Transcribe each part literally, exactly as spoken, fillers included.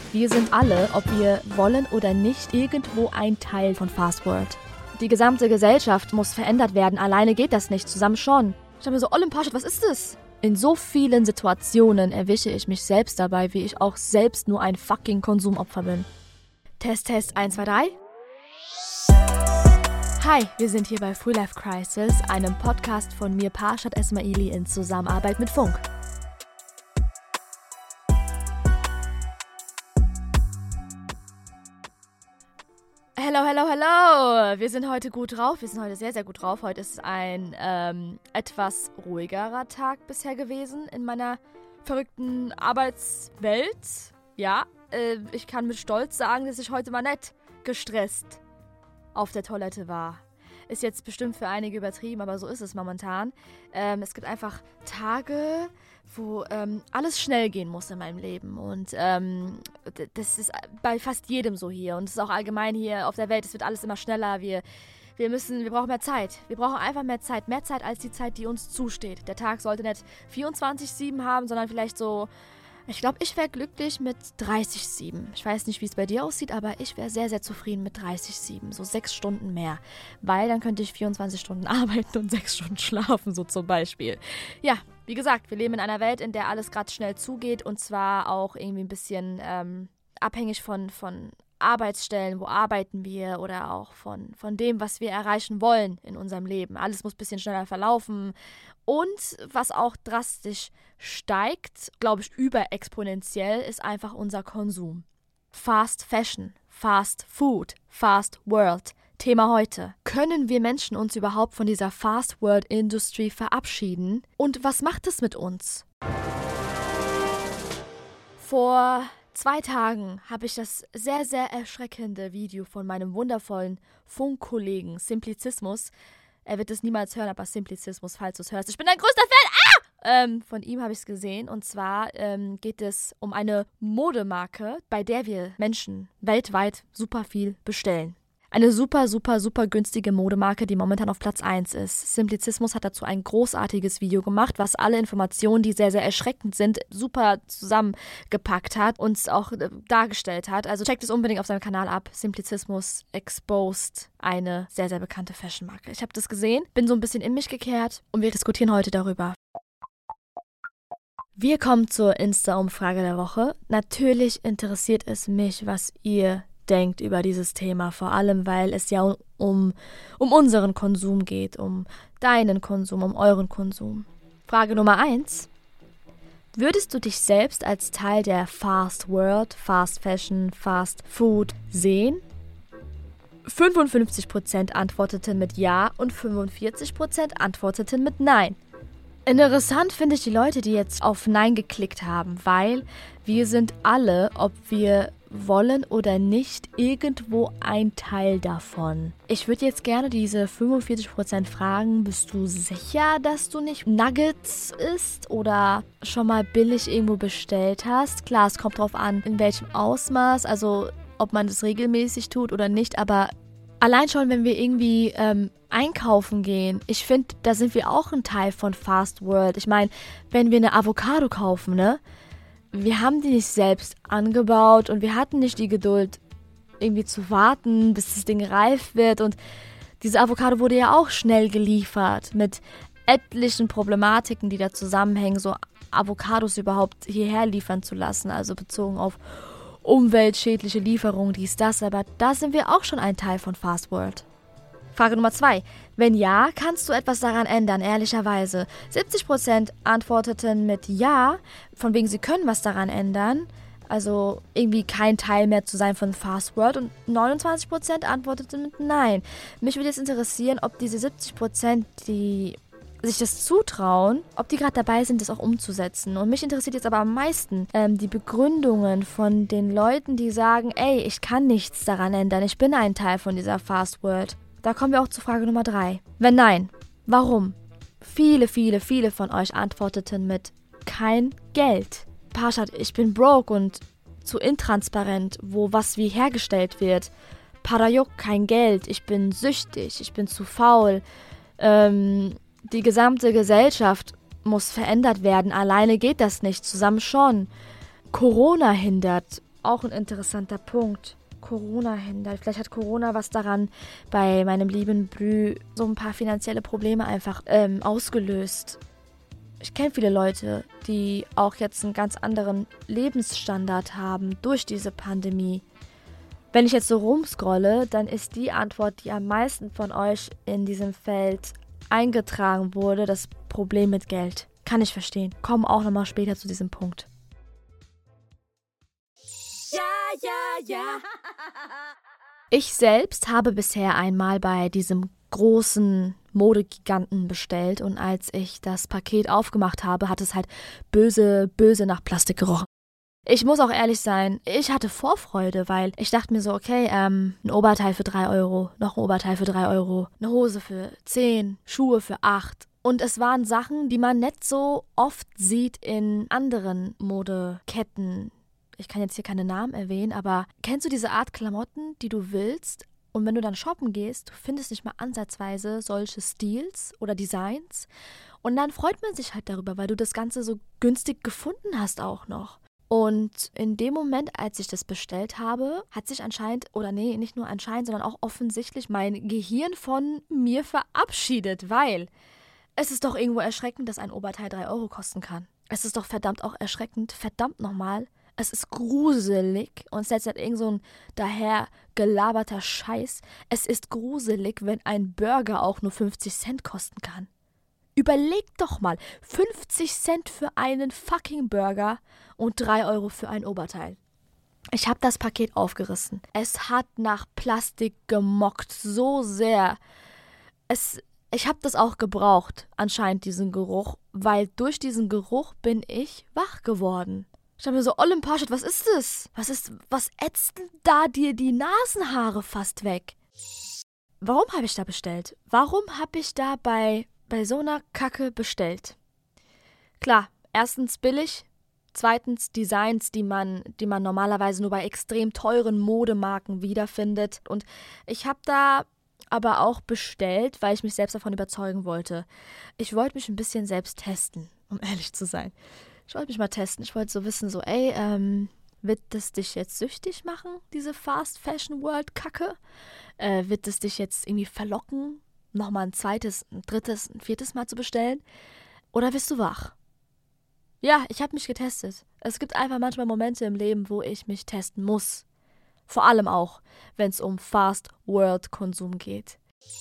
Wir sind alle, ob wir wollen oder nicht, irgendwo ein Teil von Fast World. Die gesamte Gesellschaft muss verändert werden. Alleine geht das nicht, zusammen schon. Ich habe mir so, Olin Parshad, was ist das? In so vielen Situationen erwische ich mich selbst dabei, wie ich auch selbst nur ein fucking Konsumopfer bin. Test, Test, eins, zwei, drei. Hi, wir sind hier bei Free Life Crisis, einem Podcast von mir, Parshad Esmaili, in Zusammenarbeit mit Funk. Hello, hello, hello! Wir sind heute gut drauf, wir sind heute sehr, sehr gut drauf. Heute ist ein ähm, etwas ruhigerer Tag bisher gewesen in meiner verrückten Arbeitswelt. Ja, äh, ich kann mit Stolz sagen, dass ich heute mal nicht gestresst auf der Toilette war. Ist jetzt bestimmt für einige übertrieben, aber so ist es momentan. Ähm, es gibt einfach Tage, wo ähm, alles schnell gehen muss in meinem Leben. Und ähm, das ist bei fast jedem so hier. Und es ist auch allgemein hier auf der Welt. Es wird alles immer schneller. Wir, wir müssen, wir brauchen mehr Zeit. Wir brauchen einfach mehr Zeit. Mehr Zeit als die Zeit, die uns zusteht. Der Tag sollte nicht vierundzwanzig sieben haben, sondern vielleicht so... Ich glaube, ich wäre glücklich mit dreißig sieben. Ich weiß nicht, wie es bei dir aussieht, aber ich wäre sehr, sehr zufrieden mit dreißig sieben. So sechs Stunden mehr. Weil dann könnte ich vierundzwanzig Stunden arbeiten und sechs Stunden schlafen, so zum Beispiel. Ja, wie gesagt, wir leben in einer Welt, in der alles gerade schnell zugeht und zwar auch irgendwie ein bisschen ähm, abhängig von, von Arbeitsstellen, wo arbeiten wir oder auch von, von dem, was wir erreichen wollen in unserem Leben. Alles muss ein bisschen schneller verlaufen. Und was auch drastisch steigt, glaube ich überexponentiell, ist einfach unser Konsum. Fast Fashion, Fast Food, Fast World. Thema heute. Können wir Menschen uns überhaupt von dieser Fast World Industry verabschieden? Und was macht es mit uns? Vor zwei Tagen habe ich das sehr, sehr erschreckende Video von meinem wundervollen Funkkollegen Simplizismus. Er wird es niemals hören, aber Simplizismus, falls du es hörst. Ich bin dein größter Fan! Ah! Ähm, von ihm habe ich es gesehen. Und zwar ähm, geht es um eine Modemarke, bei der wir Menschen weltweit super viel bestellen. Eine super, super, super günstige Modemarke, die momentan auf Platz eins ist. Simplizismus hat dazu ein großartiges Video gemacht, was alle Informationen, die sehr, sehr erschreckend sind, super zusammengepackt hat und es auch äh, dargestellt hat. Also checkt es unbedingt auf seinem Kanal ab. Simplizismus exposed eine sehr, sehr bekannte Fashionmarke. Ich habe das gesehen, bin so ein bisschen in mich gekehrt und wir diskutieren heute darüber. Wir kommen zur Insta-Umfrage der Woche. Natürlich interessiert es mich, was ihr denkt über dieses Thema, vor allem, weil es ja um, um unseren Konsum geht, um deinen Konsum, um euren Konsum. Frage Nummer eins. Würdest du dich selbst als Teil der Fast World, Fast Fashion, Fast Food sehen? fünfundfünfzig Prozent antworteten mit Ja und fünfundvierzig Prozent antworteten mit Nein. Interessant finde ich die Leute, die jetzt auf Nein geklickt haben, weil wir sind alle, ob wir wollen oder nicht, irgendwo ein Teil davon. Ich würde jetzt gerne diese fünfundvierzig Prozent fragen, bist du sicher, dass du nicht Nuggets isst oder schon mal billig irgendwo bestellt hast? Klar, es kommt drauf an, in welchem Ausmaß, also ob man das regelmäßig tut oder nicht, aber allein schon, wenn wir irgendwie ähm, einkaufen gehen, ich finde, da sind wir auch ein Teil von Fast World. Ich meine, wenn wir eine Avocado kaufen, ne? Wir haben die nicht selbst angebaut und wir hatten nicht die Geduld, irgendwie zu warten, bis das Ding reif wird. Und diese Avocado wurde ja auch schnell geliefert mit etlichen Problematiken, die da zusammenhängen, so Avocados überhaupt hierher liefern zu lassen, also bezogen auf umweltschädliche Lieferungen, dies, das. Aber da sind wir auch schon ein Teil von Fast World. Frage Nummer zwei. Wenn ja, kannst du etwas daran ändern, ehrlicherweise? siebzig Prozent antworteten mit Ja, von wegen sie können was daran ändern, also irgendwie kein Teil mehr zu sein von Fast World, und neunundzwanzig Prozent antworteten mit Nein. Mich würde jetzt interessieren, ob diese siebzig Prozent, die sich das zutrauen, ob die gerade dabei sind, das auch umzusetzen. Und mich interessiert jetzt aber am meisten ähm, die Begründungen von den Leuten, die sagen, ey, ich kann nichts daran ändern, ich bin ein Teil von dieser Fast World. Da kommen wir auch zu Frage Nummer drei. Wenn nein, warum? Viele, viele, viele von euch antworteten mit kein Geld. Parshad, ich bin broke und zu intransparent, wo was wie hergestellt wird. Parayok, kein Geld, ich bin süchtig, ich bin zu faul. Ähm, die gesamte Gesellschaft muss verändert werden, alleine geht das nicht, zusammen schon. Corona hindert auch ein interessanter Punkt. Corona hindert. Vielleicht hat Corona was daran bei meinem lieben Brü so ein paar finanzielle Probleme einfach ähm, ausgelöst. Ich kenne viele Leute, die auch jetzt einen ganz anderen Lebensstandard haben durch diese Pandemie. Wenn ich jetzt so rumscrolle, dann ist die Antwort, die am meisten von euch in diesem Feld eingetragen wurde, das Problem mit Geld. Kann ich verstehen. Kommen auch nochmal später zu diesem Punkt. Ja, ja, ja. Ich selbst habe bisher einmal bei diesem großen Modegiganten bestellt und als ich das Paket aufgemacht habe, hat es halt böse, böse nach Plastik gerochen. Ich muss auch ehrlich sein, ich hatte Vorfreude, weil ich dachte mir so, okay, ähm, ein Oberteil für drei Euro, noch ein Oberteil für drei Euro, eine Hose für zehn, Schuhe für acht. Und es waren Sachen, die man nicht so oft sieht in anderen Modeketten. Ich kann jetzt hier keine Namen erwähnen, aber kennst du diese Art Klamotten, die du willst? Und wenn du dann shoppen gehst, du findest nicht mal ansatzweise solche Stils oder Designs. Und dann freut man sich halt darüber, weil du das Ganze so günstig gefunden hast auch noch. Und in dem Moment, als ich das bestellt habe, hat sich anscheinend, oder nee, nicht nur anscheinend, sondern auch offensichtlich mein Gehirn von mir verabschiedet, weil es ist doch irgendwo erschreckend, dass ein Oberteil drei Euro kosten kann. Es ist doch verdammt auch erschreckend, verdammt nochmal. Es ist gruselig und es ist jetzt halt irgend so ein daher gelaberter Scheiß. Es ist gruselig, wenn ein Burger auch nur fünfzig Cent kosten kann. Überleg doch mal, fünfzig Cent für einen fucking Burger und drei Euro für ein Oberteil. Ich habe das Paket aufgerissen. Es hat nach Plastik gemockt, so sehr. Es, ich habe das auch gebraucht, anscheinend diesen Geruch, weil durch diesen Geruch bin ich wach geworden. Ich dachte mir so, Ollen Parshit, was ist das? Was ist, was ätzt denn da dir die Nasenhaare fast weg? Warum habe ich da bestellt? Warum habe ich da bei, bei so einer Kacke bestellt? Klar, erstens billig, zweitens Designs, die man, die man normalerweise nur bei extrem teuren Modemarken wiederfindet. Und ich habe da aber auch bestellt, weil ich mich selbst davon überzeugen wollte. Ich wollte mich ein bisschen selbst testen, um ehrlich zu sein. Ich wollte mich mal testen. Ich wollte so wissen, so, ey, ähm, wird das dich jetzt süchtig machen, diese Fast Fashion World Kacke? Äh, wird es dich jetzt irgendwie verlocken, nochmal ein zweites, ein drittes, ein viertes Mal zu bestellen? Oder wirst du wach? Ja, ich habe mich getestet. Es gibt einfach manchmal Momente im Leben, wo ich mich testen muss. Vor allem auch, wenn es um Fast World Konsum geht.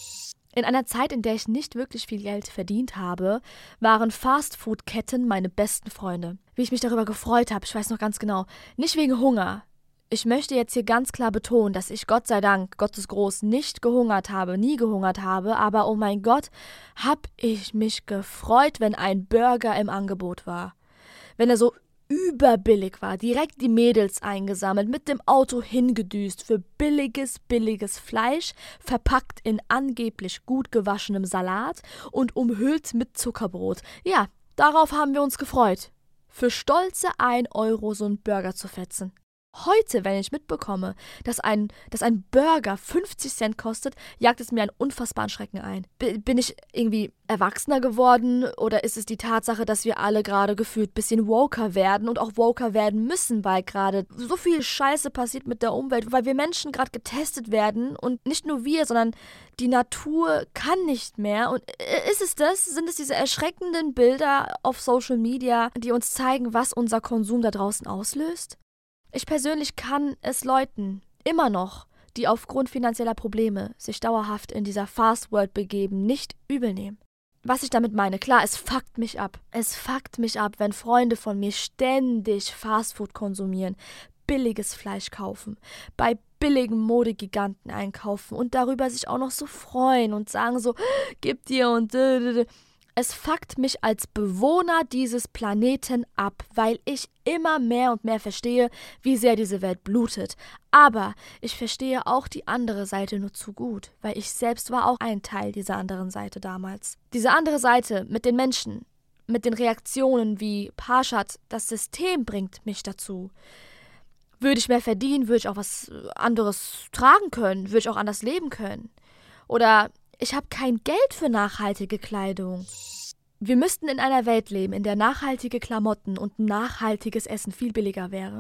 In einer Zeit, in der ich nicht wirklich viel Geld verdient habe, waren Fastfood-Ketten meine besten Freunde. Wie ich mich darüber gefreut habe, ich weiß noch ganz genau. Nicht wegen Hunger. Ich möchte jetzt hier ganz klar betonen, dass ich Gott sei Dank, Gottes groß, nicht gehungert habe, nie gehungert habe, aber oh mein Gott, hab ich mich gefreut, wenn ein Burger im Angebot war. Wenn er so überbillig war, direkt die Mädels eingesammelt, mit dem Auto hingedüst für billiges, billiges Fleisch, verpackt in angeblich gut gewaschenem Salat und umhüllt mit Zuckerbrot. Ja, darauf haben wir uns gefreut. Für stolze ein Euro so einen Burger zu fetzen. Heute, wenn ich mitbekomme, dass ein, dass ein Burger fünfzig Cent kostet, jagt es mir einen unfassbaren Schrecken ein. B- bin ich irgendwie erwachsener geworden oder ist es die Tatsache, dass wir alle gerade gefühlt ein bisschen woker werden und auch woker werden müssen, weil gerade so viel Scheiße passiert mit der Umwelt, weil wir Menschen gerade getestet werden und nicht nur wir, sondern die Natur kann nicht mehr. Und ist es das? Sind es diese erschreckenden Bilder auf Social Media, die uns zeigen, was unser Konsum da draußen auslöst? Ich persönlich kann es Leuten immer noch, die aufgrund finanzieller Probleme sich dauerhaft in dieser Fast World begeben, nicht übel nehmen. Was ich damit meine, klar, es fuckt mich ab. Es fuckt mich ab, wenn Freunde von mir ständig Fastfood konsumieren, billiges Fleisch kaufen, bei billigen Modegiganten einkaufen und darüber sich auch noch so freuen und sagen so, gib dir und dödödö. Es fuckt mich als Bewohner dieses Planeten ab, weil ich immer mehr und mehr verstehe, wie sehr diese Welt blutet. Aber ich verstehe auch die andere Seite nur zu gut, weil ich selbst war auch ein Teil dieser anderen Seite damals. Diese andere Seite mit den Menschen, mit den Reaktionen wie Parshad, das System bringt mich dazu. Würde ich mehr verdienen, würde ich auch was anderes tragen können, würde ich auch anders leben können. Oder ich habe kein Geld für nachhaltige Kleidung. Wir müssten in einer Welt leben, in der nachhaltige Klamotten und nachhaltiges Essen viel billiger wäre.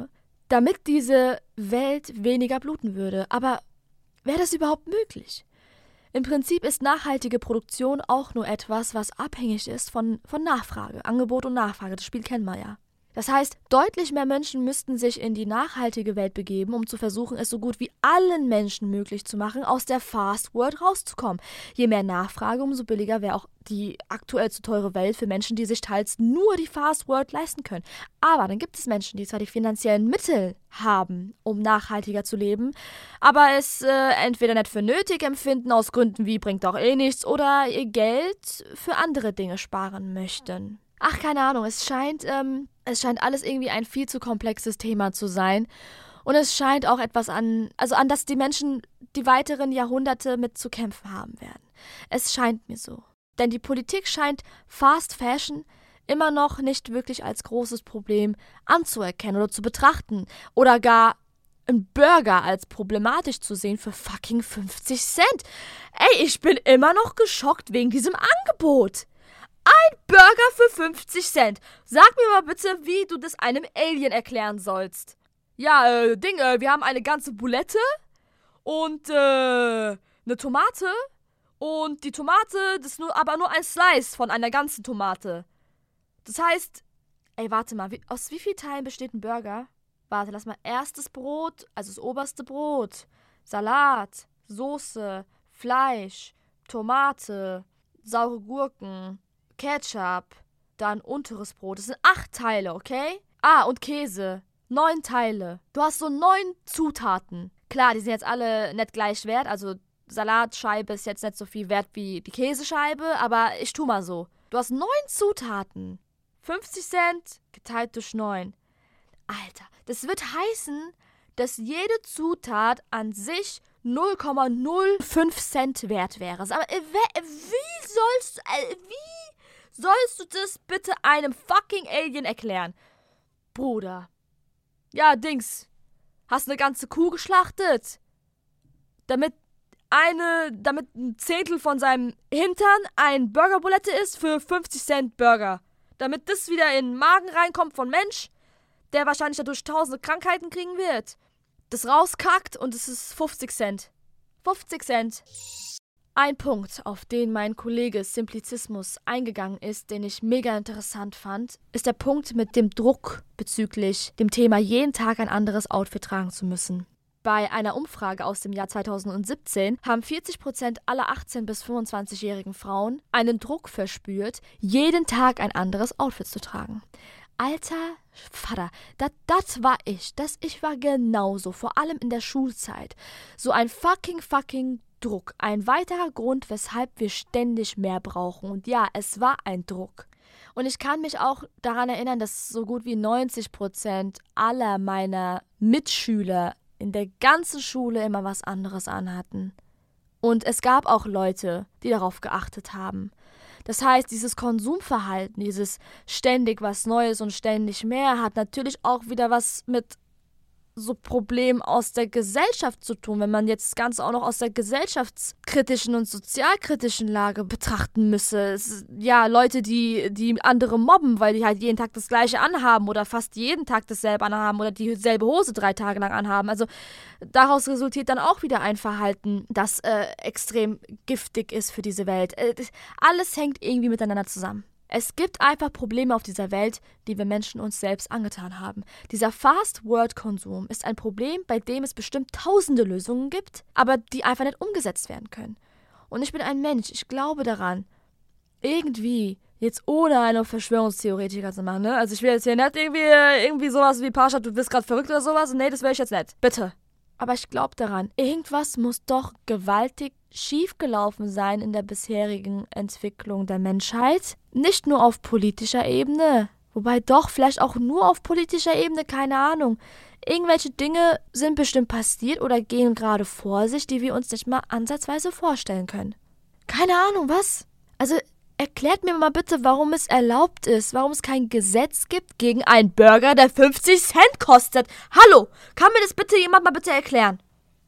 damit diese Welt weniger bluten würde. Aber wäre das überhaupt möglich? Im Prinzip ist nachhaltige Produktion auch nur etwas, was abhängig ist von, von Nachfrage. Angebot und Nachfrage, das Spiel kennen wir ja. Das heißt, deutlich mehr Menschen müssten sich in die nachhaltige Welt begeben, um zu versuchen, es so gut wie allen Menschen möglich zu machen, aus der Fast World rauszukommen. Je mehr Nachfrage, umso billiger wäre auch die aktuell zu teure Welt für Menschen, die sich teils nur die Fast World leisten können. Aber dann gibt es Menschen, die zwar die finanziellen Mittel haben, um nachhaltiger zu leben, aber es äh, entweder nicht für nötig empfinden, aus Gründen wie bringt auch eh nichts, oder ihr Geld für andere Dinge sparen möchten. Ach, keine Ahnung, es scheint, ähm, es scheint alles irgendwie ein viel zu komplexes Thema zu sein. Und es scheint auch etwas an, also an das die Menschen die weiteren Jahrhunderte mit zu kämpfen haben werden. Es scheint mir so. Denn die Politik scheint Fast Fashion immer noch nicht wirklich als großes Problem anzuerkennen oder zu betrachten. Oder gar einen Burger als problematisch zu sehen für fucking fünfzig Cent. Ey, ich bin immer noch geschockt wegen diesem Angebot. Ein Burger für fünfzig Cent. Sag mir mal bitte, wie du das einem Alien erklären sollst. Ja, äh, Ding, äh, wir haben eine ganze Bulette und, äh, eine Tomate. Und die Tomate, das ist nur, aber nur ein Slice von einer ganzen Tomate. Das heißt, ey, warte mal, wie, aus wie vielen Teilen besteht ein Burger? Warte, lass mal, erstes Brot, also das oberste Brot, Salat, Soße, Fleisch, Tomate, saure Gurken, Ketchup, dann unteres Brot. Das sind acht Teile, okay? Ah, und Käse. Neun Teile. Du hast so neun Zutaten. Klar, die sind jetzt alle nicht gleich wert. Also Salatscheibe ist jetzt nicht so viel wert wie die Käsescheibe, aber ich tu mal so. Du hast neun Zutaten. fünfzig Cent geteilt durch neun. Alter, das wird heißen, dass jede Zutat an sich null Komma null fünf Cent wert wäre. Aber äh, wie sollst du, äh, wie sollst du das bitte einem fucking Alien erklären? Bruder. Ja, Dings. Hast eine ganze Kuh geschlachtet? Damit eine, damit ein Zehntel von seinem Hintern ein Burgerbulette ist für fünfzig Cent Burger. Damit das wieder in den Magen reinkommt von Mensch, der wahrscheinlich dadurch tausende Krankheiten kriegen wird. Das rauskackt und es ist fünfzig Cent. fünfzig Cent. Ein Punkt, auf den mein Kollege Simplizismus eingegangen ist, den ich mega interessant fand, ist der Punkt mit dem Druck bezüglich dem Thema, jeden Tag ein anderes Outfit tragen zu müssen. Bei einer Umfrage aus dem Jahr zweitausendsiebzehn haben vierzig Prozent aller achtzehn- bis fünfundzwanzigjährigen Frauen einen Druck verspürt, jeden Tag ein anderes Outfit zu tragen. Alter Vater, das war ich. Das ich war genauso, vor allem in der Schulzeit. So ein fucking, fucking Druck. Ein weiterer Grund, weshalb wir ständig mehr brauchen. Und ja, es war ein Druck. Und ich kann mich auch daran erinnern, dass so gut wie neunzig Prozent aller meiner Mitschüler in der ganzen Schule immer was anderes anhatten. Und es gab auch Leute, die darauf geachtet haben. Das heißt, dieses Konsumverhalten, dieses ständig was Neues und ständig mehr, hat natürlich auch wieder was mit so Problemen aus der Gesellschaft zu tun, wenn man jetzt das Ganze auch noch aus der gesellschaftskritischen und sozialkritischen Lage betrachten müsse. Es, ja, Leute, die, die andere mobben, weil die halt jeden Tag das Gleiche anhaben oder fast jeden Tag dasselbe anhaben oder dieselbe Hose drei Tage lang anhaben. Also daraus resultiert dann auch wieder ein Verhalten, das äh, extrem giftig ist für diese Welt. Äh, alles hängt irgendwie miteinander zusammen. Es gibt einfach Probleme auf dieser Welt, die wir Menschen uns selbst angetan haben. Dieser Fast-World-Konsum ist ein Problem, bei dem es bestimmt tausende Lösungen gibt, aber die einfach nicht umgesetzt werden können. Und ich bin ein Mensch, ich glaube daran, irgendwie, jetzt ohne eine Verschwörungstheoretiker zu machen, ne? Also ich will jetzt hier nicht irgendwie, irgendwie sowas wie Pascha, du bist gerade verrückt oder sowas. Nee, das will ich jetzt nicht. Bitte. Aber ich glaube daran, irgendwas muss doch gewaltig schiefgelaufen sein in der bisherigen Entwicklung der Menschheit. Nicht nur auf politischer Ebene, wobei doch vielleicht auch nur auf politischer Ebene, keine Ahnung. Irgendwelche Dinge sind bestimmt passiert oder gehen gerade vor sich, die wir uns nicht mal ansatzweise vorstellen können. Keine Ahnung, was? Also erklärt mir mal bitte, warum es erlaubt ist, warum es kein Gesetz gibt gegen einen Burger, der fünfzig Cent kostet. Hallo, kann mir das bitte jemand mal bitte erklären?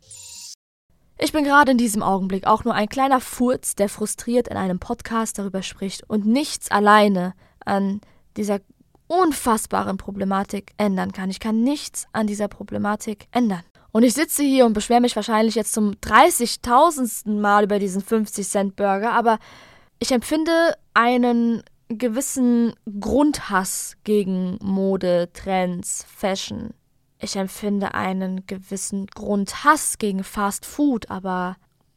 Ich bin gerade in diesem Augenblick auch nur ein kleiner Furz, der frustriert in einem Podcast darüber spricht und nichts alleine an dieser unfassbaren Problematik ändern kann. Ich kann nichts an dieser Problematik ändern. Und ich sitze hier und beschwere mich wahrscheinlich jetzt zum dreißigtausendsten Mal über diesen fünfzig-Cent-Burger, aber ich empfinde einen gewissen Grundhass gegen Mode, Trends, Fashion. Ich empfinde einen gewissen Grundhass gegen Fast Food, aber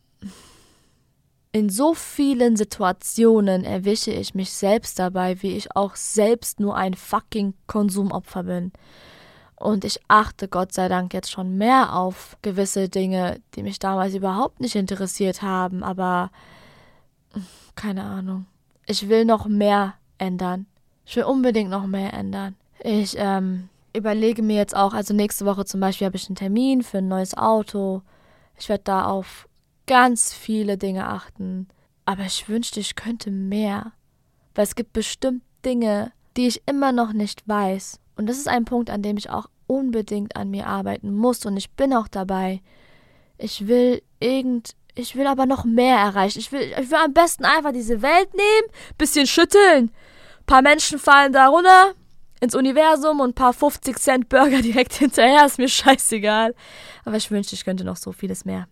in so vielen Situationen erwische ich mich selbst dabei, wie ich auch selbst nur ein fucking Konsumopfer bin. Und ich achte Gott sei Dank jetzt schon mehr auf gewisse Dinge, die mich damals überhaupt nicht interessiert haben, aber keine Ahnung. Ich will noch mehr ändern. Ich will unbedingt noch mehr ändern. Ich ähm, überlege mir jetzt auch, also nächste Woche zum Beispiel habe ich einen Termin für ein neues Auto. Ich werde da auf ganz viele Dinge achten. Aber ich wünschte, ich könnte mehr. Weil es gibt bestimmt Dinge, die ich immer noch nicht weiß. Und das ist ein Punkt, an dem ich auch unbedingt an mir arbeiten muss. Und ich bin auch dabei. Ich will irgend, ich will aber noch mehr erreichen. Ich will, ich will am besten einfach diese Welt nehmen, bisschen schütteln. Ein paar Menschen fallen da runter ins Universum und ein paar fünfzig-Cent-Burger direkt hinterher. Ist mir scheißegal. Aber ich wünschte, ich könnte noch so vieles mehr.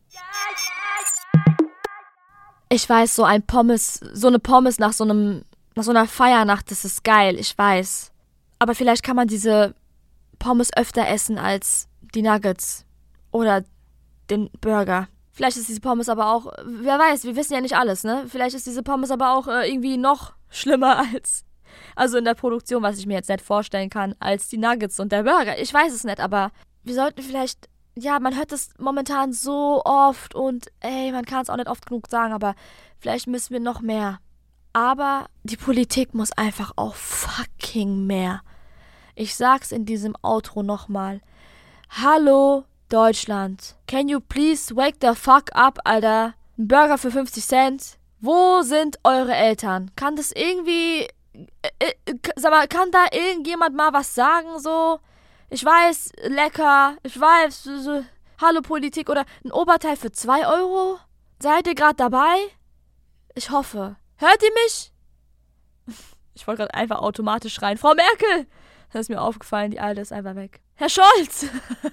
Ich weiß, so ein Pommes, so eine Pommes nach so einem, nach so einer Feiernacht, das ist geil, ich weiß. Aber vielleicht kann man diese Pommes öfter essen als die Nuggets oder den Burger. Vielleicht ist diese Pommes aber auch, wer weiß, wir wissen ja nicht alles, ne? Vielleicht ist diese Pommes aber auch äh, irgendwie noch schlimmer als, also in der Produktion, was ich mir jetzt nicht vorstellen kann, als die Nuggets und der Burger. Ich weiß es nicht, aber wir sollten vielleicht, ja, man hört das momentan so oft und ey, man kann es auch nicht oft genug sagen, aber vielleicht müssen wir noch mehr. Aber die Politik muss einfach auch fucking mehr. Ich sag's in diesem Outro nochmal. Hallo Deutschland. Can you please wake the fuck up, Alter? Ein Burger für fünfzig Cent? Wo sind eure Eltern? Kann das irgendwie, äh, äh, sag mal, kann da irgendjemand mal was sagen, so? Ich weiß, lecker, ich weiß, so, hallo Politik oder ein Oberteil für zwei Euro? Seid ihr gerade dabei? Ich hoffe. Hört ihr mich? Ich wollte gerade einfach automatisch schreien. Frau Merkel! Das ist mir aufgefallen, die Alte ist einfach weg. Herr Scholz!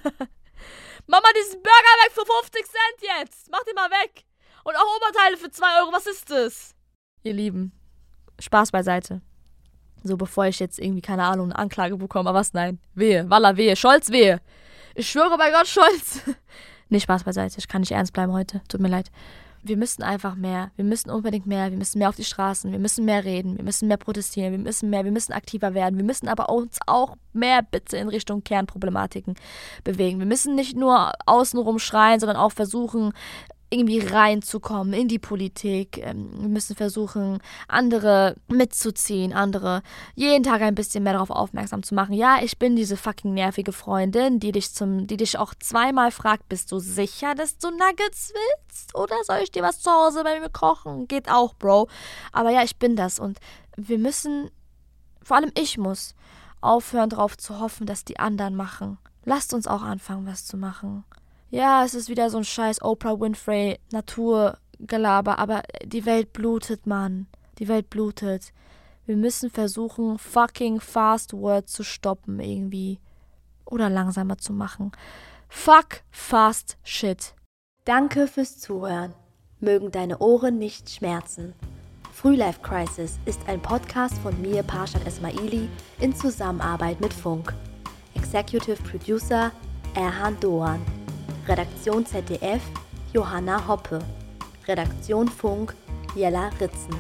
Mach mal diesen Burger weg für fünfzig Cent jetzt! Mach den mal weg! Und auch Oberteile für zwei Euro, was ist das? Ihr Lieben, Spaß beiseite. So, bevor ich jetzt irgendwie, keine Ahnung, eine Anklage bekomme, aber was? Nein. Wehe, Walla, wehe, Scholz, wehe. Ich schwöre bei Gott, Scholz. Nee, Spaß beiseite. Ich kann nicht ernst bleiben heute. Tut mir leid. Wir müssen einfach mehr. Wir müssen unbedingt mehr. Wir müssen mehr auf die Straßen. Wir müssen mehr reden. Wir müssen mehr protestieren. Wir müssen mehr. Wir müssen aktiver werden. Wir müssen aber uns auch mehr bitte in Richtung Kernproblematiken bewegen. Wir müssen nicht nur außenrum schreien, sondern auch versuchen, irgendwie reinzukommen in die Politik. Wir müssen versuchen, andere mitzuziehen, andere jeden Tag ein bisschen mehr darauf aufmerksam zu machen. Ja, ich bin diese fucking nervige Freundin, die dich zum, die dich auch zweimal fragt, bist du sicher, dass du Nuggets willst? Oder soll ich dir was zu Hause bei mir kochen? Geht auch, Bro. Aber ja, ich bin das und wir müssen, vor allem ich muss, aufhören darauf zu hoffen, dass die anderen machen. Lasst uns auch anfangen, was zu machen. Ja, es ist wieder so ein scheiß Oprah Winfrey Naturgelaber, aber die Welt blutet, Mann. Die Welt blutet. Wir müssen versuchen, fucking Fast Word zu stoppen irgendwie. Oder langsamer zu machen. Fuck Fast Shit. Danke fürs Zuhören. Mögen deine Ohren nicht schmerzen. Frühlife Crisis ist ein Podcast von mir, Parshad Esmaili, in Zusammenarbeit mit Funk. Executive Producer Erhan Doğan. Redaktion Z D F, Johanna Hoppe. Redaktion Funk, Jella Ritzen.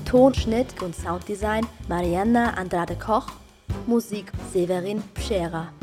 Tonschnitt und Sounddesign, Marianna Andrade Koch. Musik, Severin Pschera.